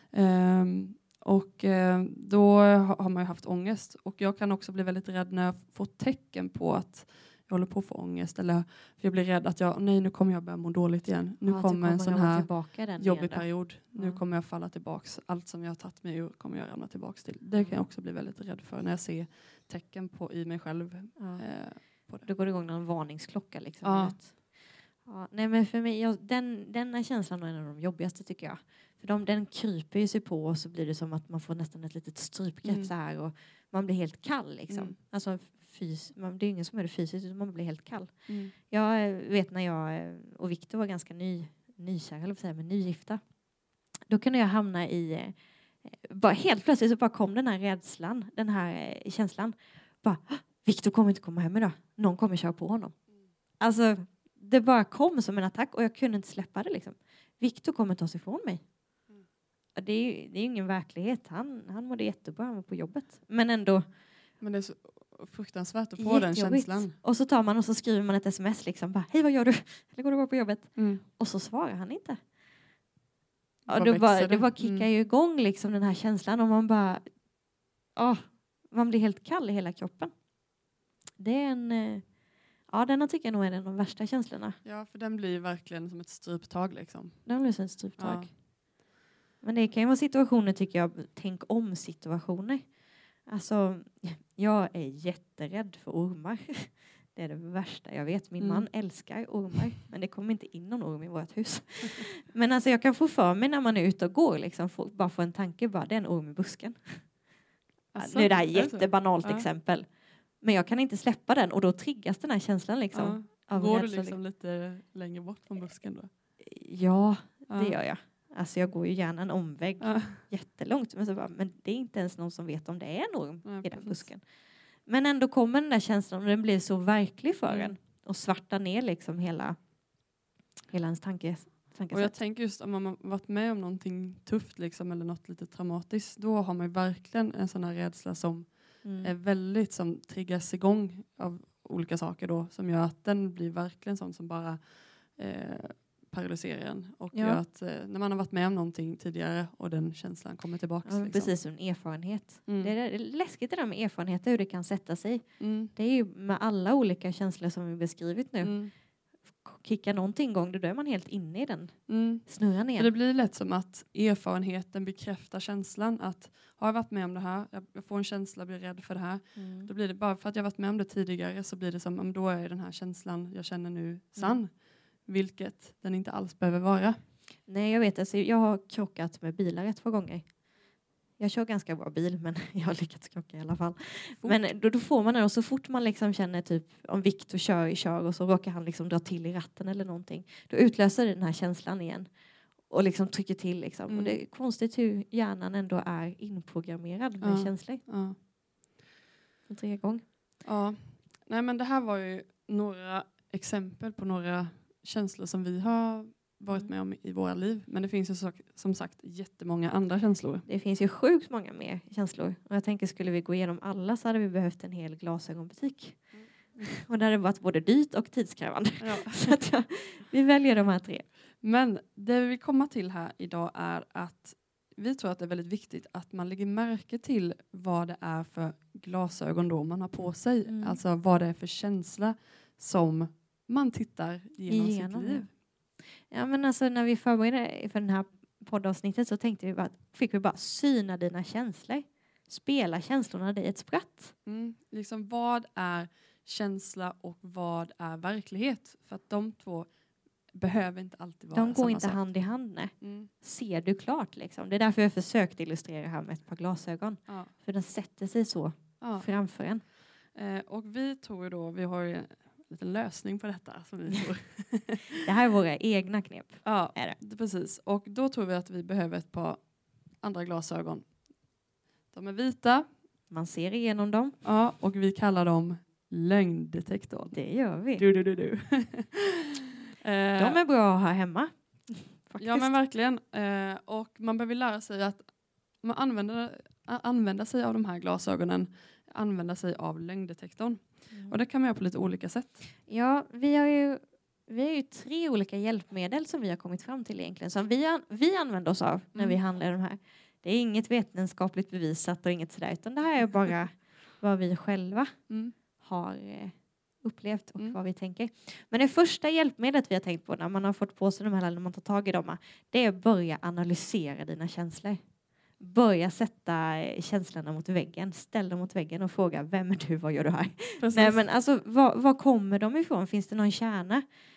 Mm. Eh, och eh, då ha- har man ju haft ångest. Och jag kan också bli väldigt rädd när jag får tecken på att jag håller på att få ångest. Eller för jag blir rädd att jag, nej nu kommer jag börja må dåligt igen. Nu Ja, kommer en sån jag vara här tillbaka i den jobbig igen där. period. Nu Ja. kommer jag falla tillbaks. Allt som jag har tagit mig ur kommer jag ramla tillbaks till. Det kan jag också bli väldigt rädd för när jag ser tecken på i mig själv. Ja. Eh, på det. Då går det igång någon varningsklocka liksom. Ja. Vet. Ja, nej men för mig, jag, den, denna känslan är en av de jobbigaste tycker jag. För de, den kryper ju sig på och så blir det som att man får nästan ett litet strypgrepp Mm. så här och man blir helt kall liksom. Mm. Alltså fys, man, det är ingen som är det fysiskt utan man blir helt kall. Mm. Jag eh, vet när jag eh, och Victor var ganska ny, nykära, eller vad säger, men nygifta. Då kunde jag hamna i, eh, bara helt plötsligt så bara kom den här rädslan, den här eh, känslan. Bara, "Ah, Victor kommer inte komma hem idag. Någon kommer köra på honom. Alltså, det bara kom som en attack och jag kunde inte släppa det liksom. Victor kommer ta sig ifrån mig. Mm. Det är ju det är ju ingen verklighet. Han, han mådde jättebra, han var på jobbet. Men ändå Men det är så fruktansvärt att få den jättejobbigt. känslan. Och så tar man och så skriver man ett sms liksom. Bara, hej vad gör du? Eller går du bra på jobbet? Mm. Och så svarar han inte. Ja, Bara då växer bara, det. det bara kickar Mm. ju igång liksom den här känslan. Och man bara... åh, man blir helt kall i hela kroppen. Det är en... eh, Ja, denna tycker jag nog är en av de värsta känslorna. Ja, för den blir ju verkligen som ett stryptag liksom. Den blir som ett stryptag. Ja. Men det kan ju vara situationer tycker jag. Tänk om situationer. Alltså, jag är jätterädd för ormar. Det är det värsta jag vet. Min Mm. man älskar ormar. Men det kommer inte in någon orm i vårt hus. Men alltså jag kan få för mig när man är ute och går. Liksom, få, bara få en tanke. Bara, det är en orm i busken. Alltså, Nu är det här är det så? jättebanalt Ja. exempel. Men jag kan inte släppa den. Och då triggas den här känslan liksom. Ja. Av Går du rädsla. liksom lite längre bort från busken då? Ja, Ja. det gör jag. Alltså jag går ju gärna en omväg Ja. jättelångt. Men, så bara, men det är inte ens någon som vet om det är en orm Ja, i den precis. busken. Men ändå kommer den där känslan och den blir så verklig för Mm. en. Och svartar ner liksom hela, hela ens tanke, Och tankesätt. jag tänker just om man har varit med om någonting tufft liksom, eller något lite traumatiskt, då har man ju verkligen en sån här rädsla som Mm. är väldigt, som triggas igång av olika saker då, som gör att den blir verkligen sån som bara eh, paralyserar en. Och Ja. gör att eh, när man har varit med om någonting tidigare och den känslan kommer tillbaka. Ja, men liksom. precis som en erfarenhet. Mm. Det, är, det är läskigt det där med erfarenheter, hur det kan sätta sig. Mm. Det är ju med alla olika känslor som vi beskrivit nu. Mm. Kickar någonting igång, då är man helt inne i den. Mm. Snurrar För ner. det blir lätt som att erfarenheten bekräftar känslan. Att har jag varit med om det här, jag jag får en känsla, blir rädd för det här. Mm. Då blir det bara för att jag varit med om det tidigare så blir det som om då är den här känslan jag känner nu sann. Mm. Vilket den inte alls behöver vara. Nej, jag vet. Alltså, jag har krockat med bilar ett par gånger. Jag kör ganska bra bil, men jag har lyckats krocka i alla fall. Fort. Men då, då får man det. Och så fort man liksom känner typ om Victor kör, kör och så råkar han liksom dra till i ratten eller någonting. Då utlöser det den här känslan igen. Och liksom trycker till liksom. Mm. Och det är konstigt hur hjärnan ändå är inprogrammerad med Ja. känslor. Ja. För tre gånger. Ja. Nej, men det här var ju några exempel på några känslor som vi har varit Mm. med om i våra liv. Men det finns ju så, som sagt jättemånga andra känslor. Det finns ju sjukt många mer känslor. Och jag tänker skulle vi gå igenom alla så hade vi behövt en hel glasögonbutik. Och det hade varit både dyrt och tidskrävande. Ja. Så att jag, vi väljer de här tre. Men det vi vill komma till här idag är att vi tror att det är väldigt viktigt att man lägger märke till vad det är för glasögon då man har på sig. Mm. Alltså vad det är för känsla som man tittar genom, Igenom, sitt liv. Ja, men alltså när vi förberedde för den här poddavsnittet så tänkte vi bara, fick vi bara syna dina känslor. Spela känslorna dig ett spratt. Mm. Liksom vad är känsla och vad är verklighet? För att de två behöver inte alltid vara De går samma inte sak. hand i hand. Nej. Mm. Ser du klart liksom. Det är därför jag försökt illustrera här med ett par glasögon. Ja. För den sätter sig så Ja. framför en. Eh, och vi tror ju då, vi har ju en liten lösning på detta som vi tror. Det här är våra egna knep. Ja, Är det. det, precis. Och då tror vi att vi behöver ett par andra glasögon. De är vita, Man ser igenom dem. ja, och vi kallar dem lögndetektorn. Det gör vi. Du, du, du, du. Eh, De är bra att ha hemma. Faktiskt. ja, men verkligen. Eh, och man behöver lära sig att man använder, a- använda sig av de här glasögonen, använda sig av lögndetektorn. Mm. Och det kan man göra på lite olika sätt. Ja, vi har ju vi har ju tre olika hjälpmedel som vi har kommit fram till egentligen. Som vi, an, vi använder oss av när Mm. vi handlar de här. Det är inget vetenskapligt bevisat och inget sådär. Utan det här är bara vad vi själva Mm. har eh, upplevt och Mm. vad vi tänker. Men det första hjälpmedlet vi har tänkt på när man har fått på sig de här, när man tar tag i dem, det är att börja analysera dina känslor. Börja sätta eh, känslorna mot väggen. Ställ dem mot väggen och fråga, vem är du, vad gör du här? Precis. Nej, men alltså, var, var kommer de ifrån? Finns det någon kärna?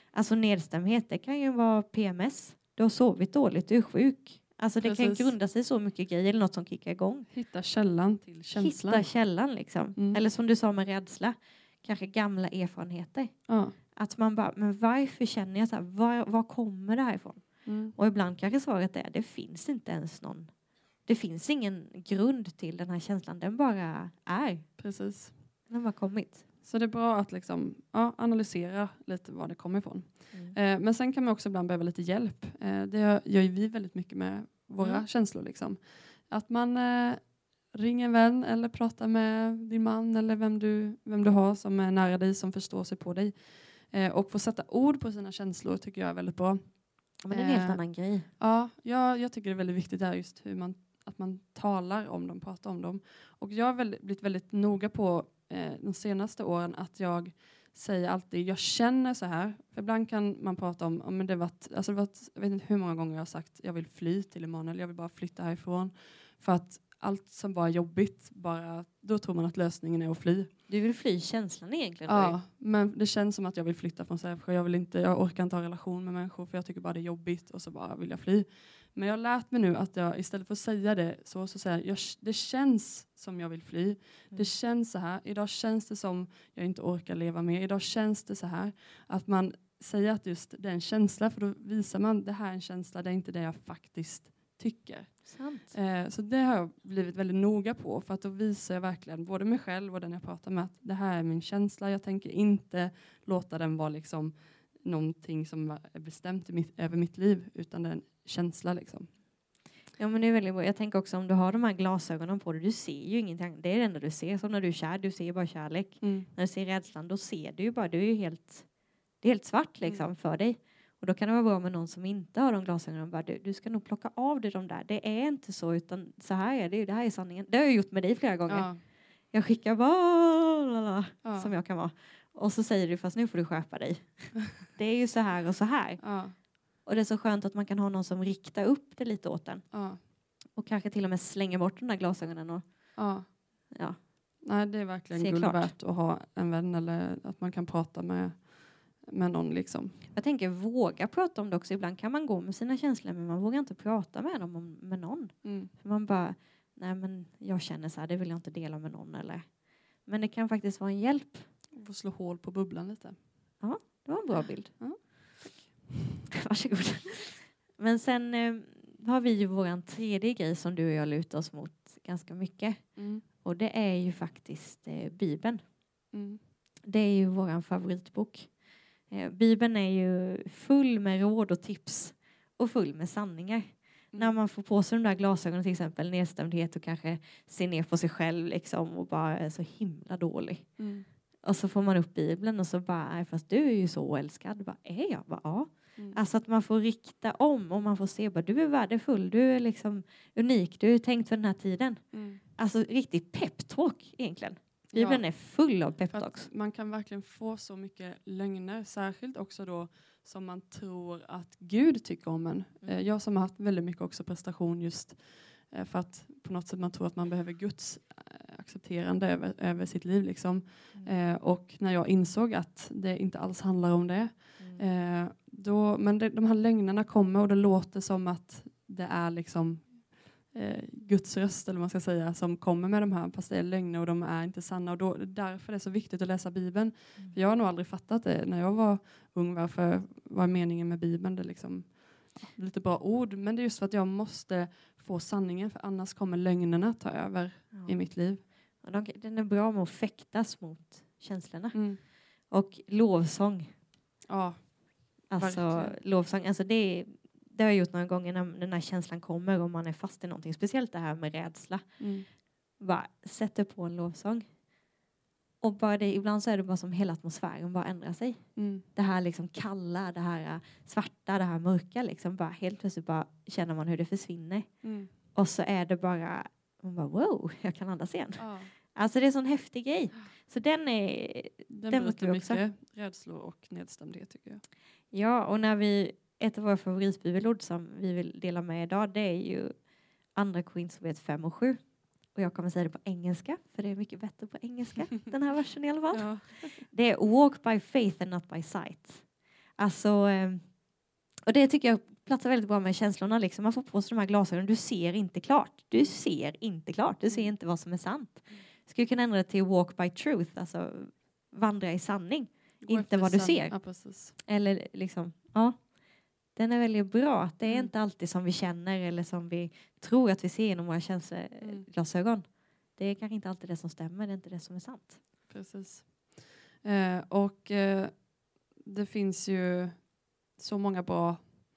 Alltså nedstämdhet, det kan ju vara P M S. Du har sovit dåligt, du är sjuk. Alltså det Precis. kan grunda sig så mycket grejer eller något som kickar igång. Hitta källan till känslan. Hitta källan liksom. Mm. Eller som du sa med rädsla. Kanske gamla erfarenheter. Ja. Att man bara, men varför känner jag så här? Var, var kommer det här ifrån? Mm. Och ibland kanske svaret är, det finns inte ens någon. Det finns ingen grund till den här känslan. Den bara är. Precis. Den har bara kommit. Så det är bra att liksom, ja, analysera lite var det kommer ifrån. Mm. Eh, men sen kan man också ibland behöva lite hjälp. Eh, det gör ju vi väldigt mycket med våra Mm. känslor. Liksom. Att man eh, ringer en vän eller pratar med din man eller vem du, vem du har som är nära dig, som förstår sig på dig. Eh, och få sätta ord på sina känslor tycker jag är väldigt bra. Ja, men det är en helt Eh, annan grej. Ja, jag, jag tycker det är väldigt viktigt där just hur man, att man talar om dem, pratar om dem. Och jag har väldigt, blivit väldigt noga på eh, de senaste åren att jag säger alltid, jag känner så här. För ibland kan man prata om, om det varit, alltså det varit, jag vet inte hur många gånger jag har sagt, jag vill fly till Emanuel, jag vill bara flytta härifrån. För att allt som bara är jobbigt, bara, då tror man att lösningen är att fly. Du vill fly känslan egentligen. Ja, men det känns som att jag vill flytta från Sävsjö. Jag vill inte, jag orkar inte ha relation med människor för jag tycker bara det är jobbigt och så bara vill jag fly. Men jag har lärt mig nu att jag istället för att säga det så, så säger jag, det känns som jag vill fly. Mm. Det känns så här. Idag känns det som jag inte orkar leva mer. Idag känns det så här. Att man säger att just det är en känsla, för då visar man det här är en känsla, det är inte det jag faktiskt tycker. Sant. Eh, så det har jag blivit väldigt noga på, för att då visar jag verkligen både mig själv och den jag pratar med att det här är min känsla. Jag tänker inte låta den vara liksom någonting som är bestämt i mitt, över mitt liv, utan det är en känsla liksom. Ja, men det är väldigt bra. Jag tänker också om du har de här glasögonen på dig, du ser ju ingenting. Det är det enda du ser. Som när du är kär, du ser bara kärlek. Mm. När du ser rädslan, då ser du ju bara, du är ju helt, det är helt svart liksom Mm. för dig. Och då kan det vara bra med någon som inte har de glasögonen. Bara, du, du ska nog plocka av dig de där. Det är inte så, utan så här är det ju. Det här är sanningen. Det har jag gjort med dig flera gånger. Ja. Jag skickar bara lala, Ja. som jag kan vara. Och så säger du, fast nu får du skärpa dig. Det är ju så här och så här. Ja. Och det är så skönt att man kan ha någon som riktar upp det lite åt en. Ja. Och kanske till och med slänger bort de där glasögonen. Och, Ja. ja. Nej, det är verkligen Se guld klart. värt att ha en vän eller att man kan prata med, med någon liksom. Jag tänker våga prata om det också. Ibland kan man gå med sina känslor, men man vågar inte prata med dem om, med någon. Mm. För man bara, nej men jag känner så här, det vill jag inte dela med någon. Eller. Men det kan faktiskt vara en hjälp. Få slå hål på bubblan lite. Det var en bra bild. Ja, Varsågod. Men sen eh, har vi ju våran tredje grej som du och jag lutar oss mot ganska mycket. Mm. Och det är ju faktiskt eh, Bibeln. Mm. Det är ju våran favoritbok. Eh, Bibeln är ju full med råd och tips. Och full med sanningar. Mm. När man får på sig de där glasögonen, till exempel nedstämdhet och kanske ser ner på sig själv liksom och bara är så himla dålig. Mm. Och så får man upp Bibeln och så bara, "Nej, fast du är ju så älskad." Bara, är jag? Bara, ja. Mm. Alltså att man får rikta om och man får se, bara, du är värdefull, du är liksom unik, du är tänkt för den här tiden. Mm. Alltså riktigt peptalk egentligen. Bibeln Ja. är full av För peptalks. att man kan verkligen få så mycket lögner, särskilt också då som man tror att Gud tycker om en. Mm. Eh, Jag som har haft väldigt mycket också prestation just eh, för att på något sätt man tror att man behöver Guds eh, accepterande över, över sitt liv liksom. Mm. Eh, och när jag insåg att det inte alls handlar om det, Mm. eh, då, men det, de här lögnerna kommer och det låter som att det är liksom eh, Guds röst eller vad man ska säga som kommer med de här, fast det är lögner och de är inte sanna, och då, därför är det så viktigt att läsa Bibeln. Mm. För jag har nog aldrig fattat det när jag var ung, varför vad är meningen med Bibeln, det är liksom ja, lite bra ord, men det är just för att jag måste få sanningen, för annars kommer lögnerna ta över Ja. i mitt liv. Och de, den är bra med att fäktas mot känslorna. Mm. Och lovsång. Ja, Alltså Verkligen. lovsång, alltså det, det har jag gjort några gånger när den här känslan kommer och man är fast i någonting. Speciellt det här med rädsla. mm. Bara sätter på en lovsång. Och bara det, ibland så är det bara som hela atmosfären bara ändrar sig. Mm. Det här liksom kalla, det här äh, svarta, det här mörka liksom. Bara helt plötsligt bara känner man hur det försvinner. Mm. Och så är det bara, man bara wow, jag kan andas igen. Ja. Alltså det är en sån häftig grej. Så den är, Den, Den måste bryter vi också- mycket rädslor och nedstämdhet tycker jag. ja, och när vi, ett av våra favoritbibelord som vi vill dela med idag, det är ju andra Korinthierbrevet fem och sju. Och jag kommer säga det på engelska, för det är mycket bättre på engelska, den här versen i alla fall. Ja. Det är walk by faith and not by sight. Alltså, eh, och det tycker jag platsar väldigt bra med känslorna. Liksom. Man får på sig de här glasögonen. Du ser inte klart. Du ser inte klart. Du ser inte vad som är sant. Skulle kunna ändra det till walk by truth. Alltså vandra i sanning. Gå Inte efter vad du sann- ser. Ja, precis. Eller liksom, ja. Den är väldigt bra. Det är Mm. inte alltid som vi känner eller som vi tror att vi ser genom våra Mm. känsloglasögon. Det är kanske inte alltid det som stämmer. Det är inte det som är sant. Precis. Eh, och eh, det finns ju så många bra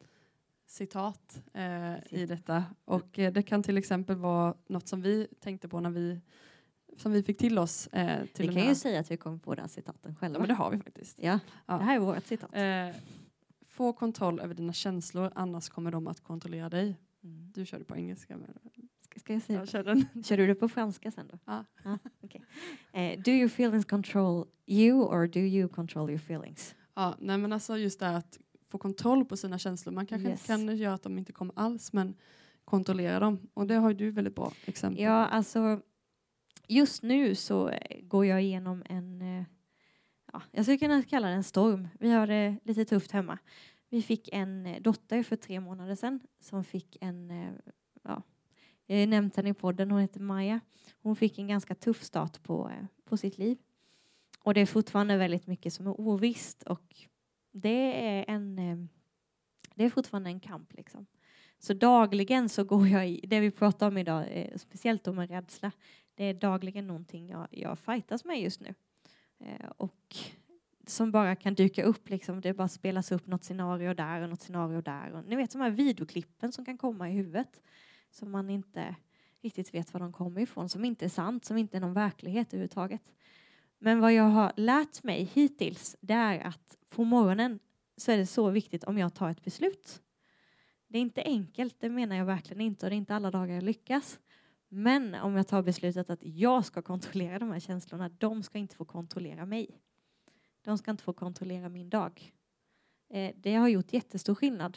citat eh, i detta. Och eh, det kan till exempel vara något som vi tänkte på när vi som vi fick till oss. Eh, till Vi den kan här. ju säga att vi kom på den citaten själva. Ja, men det har vi faktiskt. Ja, Ja. det här är vårt citat. Eh, få kontroll över dina känslor, annars kommer de att kontrollera dig. Mm. Du körde på engelska. Men Ska, ska jag säga? jag kör den. Kör du det på franska sen då? Ja. Ah, okay. eh, do your feelings control you or do you control your feelings? Ja, nej men alltså just det här att få kontroll på sina känslor. Man kanske Yes. inte kan göra att de inte kommer alls, men kontrollera dem. Och det har ju du väldigt bra exempel. Ja, alltså just nu så eh, går jag igenom en, eh, ja, jag skulle kunna kalla det en storm. Vi har det lite tufft hemma. Vi fick en eh, dotter för tre månader sedan som fick en, eh, ja, jag har nämnt henne i podden, hon heter Maja. Hon fick en ganska tuff start på, eh, på sitt liv. Och det är fortfarande väldigt mycket som är ovisst och det är en, eh, det är fortfarande en kamp liksom. Så dagligen så går jag i, det vi pratar om idag, eh, speciellt om en rädsla, det är dagligen någonting jag, jag fightas med just nu. Eh, och som bara kan dyka upp liksom, det bara spelas upp något scenario där och något scenario där. Och ni vet de här videoklippen som kan komma i huvudet som man inte riktigt vet var de kommer ifrån, som inte är sant, som inte är någon verklighet överhuvudtaget. Men vad jag har lärt mig hittills, det är att på morgonen så är det så viktigt om jag tar ett beslut. Det är inte enkelt, det menar jag verkligen inte och det är inte alla dagar jag lyckas. Men om jag tar beslutet att jag ska kontrollera de här känslorna, de ska inte få kontrollera mig. De ska inte få kontrollera min dag. Eh, det har gjort jättestor skillnad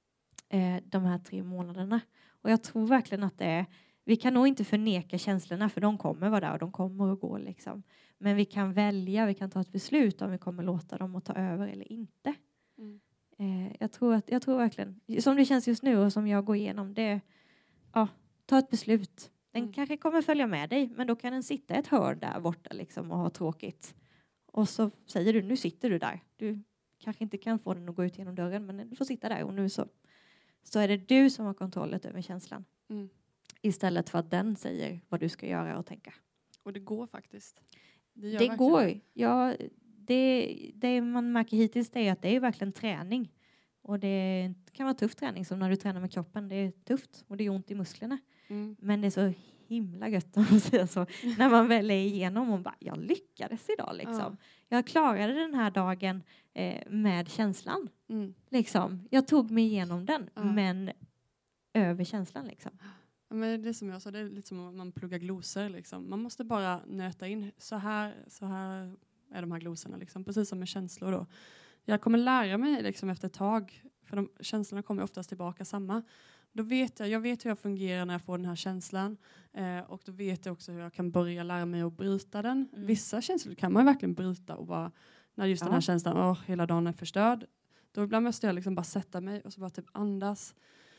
eh, de här tre månaderna. Och jag tror verkligen att det är, vi kan nog inte förneka känslorna för de kommer vara där och de kommer att gå liksom. Men vi kan välja, vi kan ta ett beslut om vi kommer låta dem att ta över eller inte. Mm. Eh, jag, tror att, jag tror verkligen, som det känns just nu och som jag går igenom, det ja, ta ett beslut. Den Mm. kanske kommer följa med dig, men då kan den sitta ett hörn där borta liksom och ha tråkigt. Och så säger du, nu sitter du där. Du kanske inte kan få den att gå ut genom dörren, men du får sitta där och nu så, så är det du som har kontrollen över känslan. Mm. Istället för att den säger vad du ska göra och tänka. Och det går faktiskt. Det, Det, gör verkligen går. Ja, det, det man märker hittills det är att det är verkligen träning. Och det kan vara tuff träning som när du tränar med kroppen. Det är tufft och det är ont i musklerna. Mm. Men det är så himla gött om man säger så. När man väl är igenom och bara, jag lyckades idag liksom. Ja. Jag klarade den här dagen eh, med känslan. Mm. Liksom. Jag tog mig igenom den, Ja. men över känslan liksom. Ja, men det är som jag sa, det är lite som om man pluggar glosor. Liksom. Man måste bara nöta in, så här, så här är de här glosorna. Liksom. Precis som med känslor då. Jag kommer lära mig liksom, efter ett tag, för de känslorna kommer oftast tillbaka samma. Då vet jag, jag vet hur jag fungerar när jag får den här känslan. Eh, och då vet jag också hur jag kan börja lära mig att bryta den. Mm. Vissa känslor kan man ju verkligen bryta och bara, när just den Ja. här känslan, åh, hela dagen är förstörd. Då ibland måste jag liksom bara sätta mig och så bara typ andas.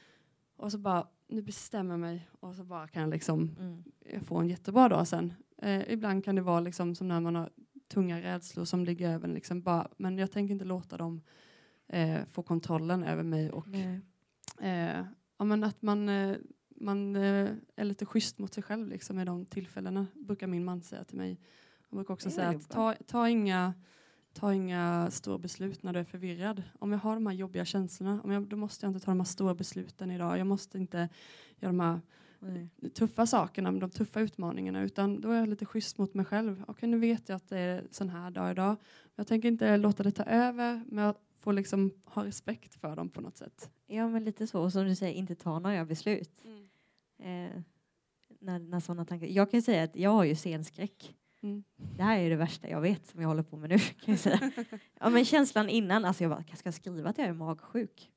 Och så bara, nu bestämmer jag mig. Och så bara kan jag liksom Mm. få en jättebra dag sen. Eh, ibland kan det vara liksom som när man har tunga rädslor som ligger över. Liksom bara, men jag tänker inte låta dem eh, få kontrollen över mig. Och Nej. eh, ja, men att man, eh, man eh, är lite schysst mot sig själv liksom, i de tillfällena. Brukar min man säga till mig. Han brukar också Det är säga väldigt att ta, ta inga... Ta inga stora beslut när du är förvirrad. Om jag har de här jobbiga känslorna, om jag, då måste jag inte ta de här stora besluten idag. Jag måste inte göra de här Nej. tuffa sakerna, de tuffa utmaningarna. Utan då är jag lite schysst mot mig själv. Okej, nu vet jag att det är sån här dag idag. Jag tänker inte låta det ta över, men jag får liksom ha respekt för dem på något sätt. Ja, men lite så. Och som du säger, inte ta några beslut. Mm. Eh, när, när sådana tankar. Jag kan ju säga att jag har ju scenskräck. Mm. Det här är det värsta jag vet som jag håller på med nu. Kan jag säga. Ja, men känslan innan, alltså jag bara, ska jag skriva att jag är magsjuk?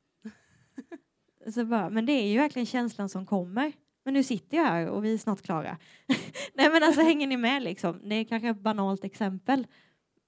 Så bara, men det är ju verkligen känslan som kommer. Men nu sitter jag här och vi är snart klara. Nej men alltså hänger ni med liksom? Det är kanske ett banalt exempel.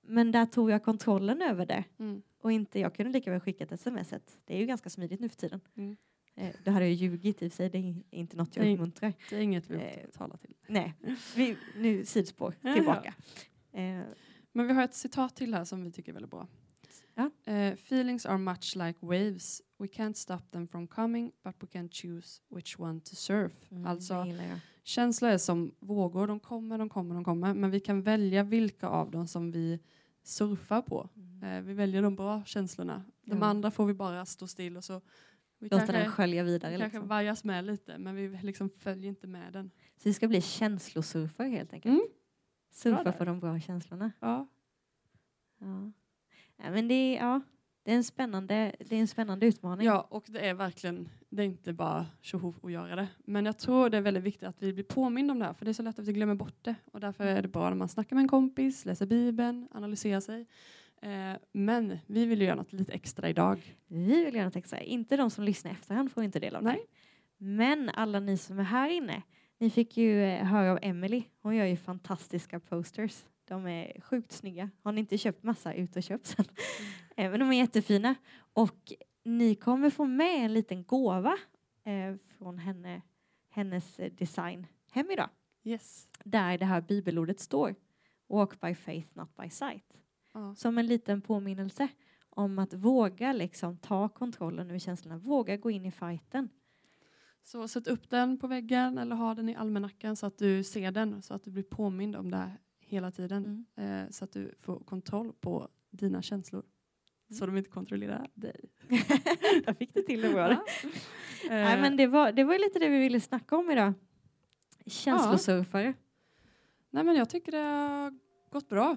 men där tog jag kontrollen över det. Mm. Och inte, jag kunde lika väl skicka ett sms. Det är ju ganska smidigt nu för tiden. Mm. Eh, det hade jag ljugit i sig. Det är inte något jag Det är- uppmuntrar. Det är inget vi Eh, talar till. Nej, vi, nu sidspår Ja, tillbaka. Eh, Men vi har ett citat till här som vi tycker är väldigt bra. Ja. Eh, Feelings are much like waves. We can't stop them from coming, but we can choose which one to surf. mm, Alltså, det gillar jag. känslor är som vågor. De kommer, de kommer, de kommer. Men vi kan välja vilka av dem som vi surfar på. Mm. Eh, vi väljer de bra känslorna. De Ja. andra får vi bara stå still och så vi Låta kanske, den skölja vidare. kanske Liksom. vajas med lite. Men vi liksom följer inte med den. Så vi ska bli känslosurfare helt enkelt. Mm. Surfa där. på de bra känslorna. Ja. Ja. Ja, men det är, ja, det är en spännande, det är en spännande utmaning. Ja, och det är verkligen, det är inte bara tjoho att göra det. Men jag tror det är väldigt viktigt att vi blir påminna om det här. För det är så lätt att vi glömmer bort det. Och därför är det bra när man snackar med en kompis, läser Bibeln, analyserar sig. Eh, men vi vill ju göra något lite extra idag. Vi vill gärna texta. Inte de som lyssnar efterhand får inte del av Nej. det. Men alla ni som är här inne. Ni fick ju eh, höra av Emily. Hon gör ju fantastiska posters. De är sjukt snygga. Har ni inte köpt massa, ut och köpt sen. Mm. Men de är jättefina. Och ni kommer få med en liten gåva eh, från henne, hennes eh, design hem idag. Yes. Där det här bibelordet står. Walk by faith, not by sight. Ja. Som en liten påminnelse om att våga liksom ta kontrollen över känslorna. Våga gå in i fighten. Så sätt upp den på väggen eller ha den i almanackan så att du ser den. Så att du blir påmind om det här hela tiden. Mm. Eh, så att du får kontroll på dina känslor. Mm. Så de inte kontrollerar dig. Jag fick det till det bra. Ja. Nej, men det var, det var ju lite det vi ville snacka om idag. Känslosurfare. Nej, men jag tycker det har gått bra.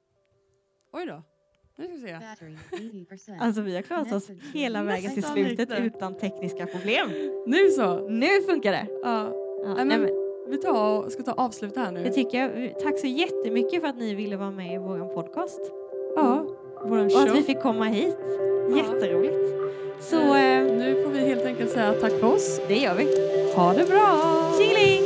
Oj då. Nu ska vi se. Battery eighty percent. Alltså vi har klarat oss hela vägen till Nästan slutet lite. utan tekniska problem. Nu så. Nu funkar det. Ja. Ja, Nej, nej, men men, vi tar, ska ta avsluta här nu. det tycker jag. Tack så jättemycket för att ni ville vara med i våran podcast. Ja. Våran Och show. att vi fick komma hit. Ja. Jätteroligt. Så Eh, eh, nu får vi helt enkelt säga tack för oss. det gör vi. Ha det bra! Tjingeling!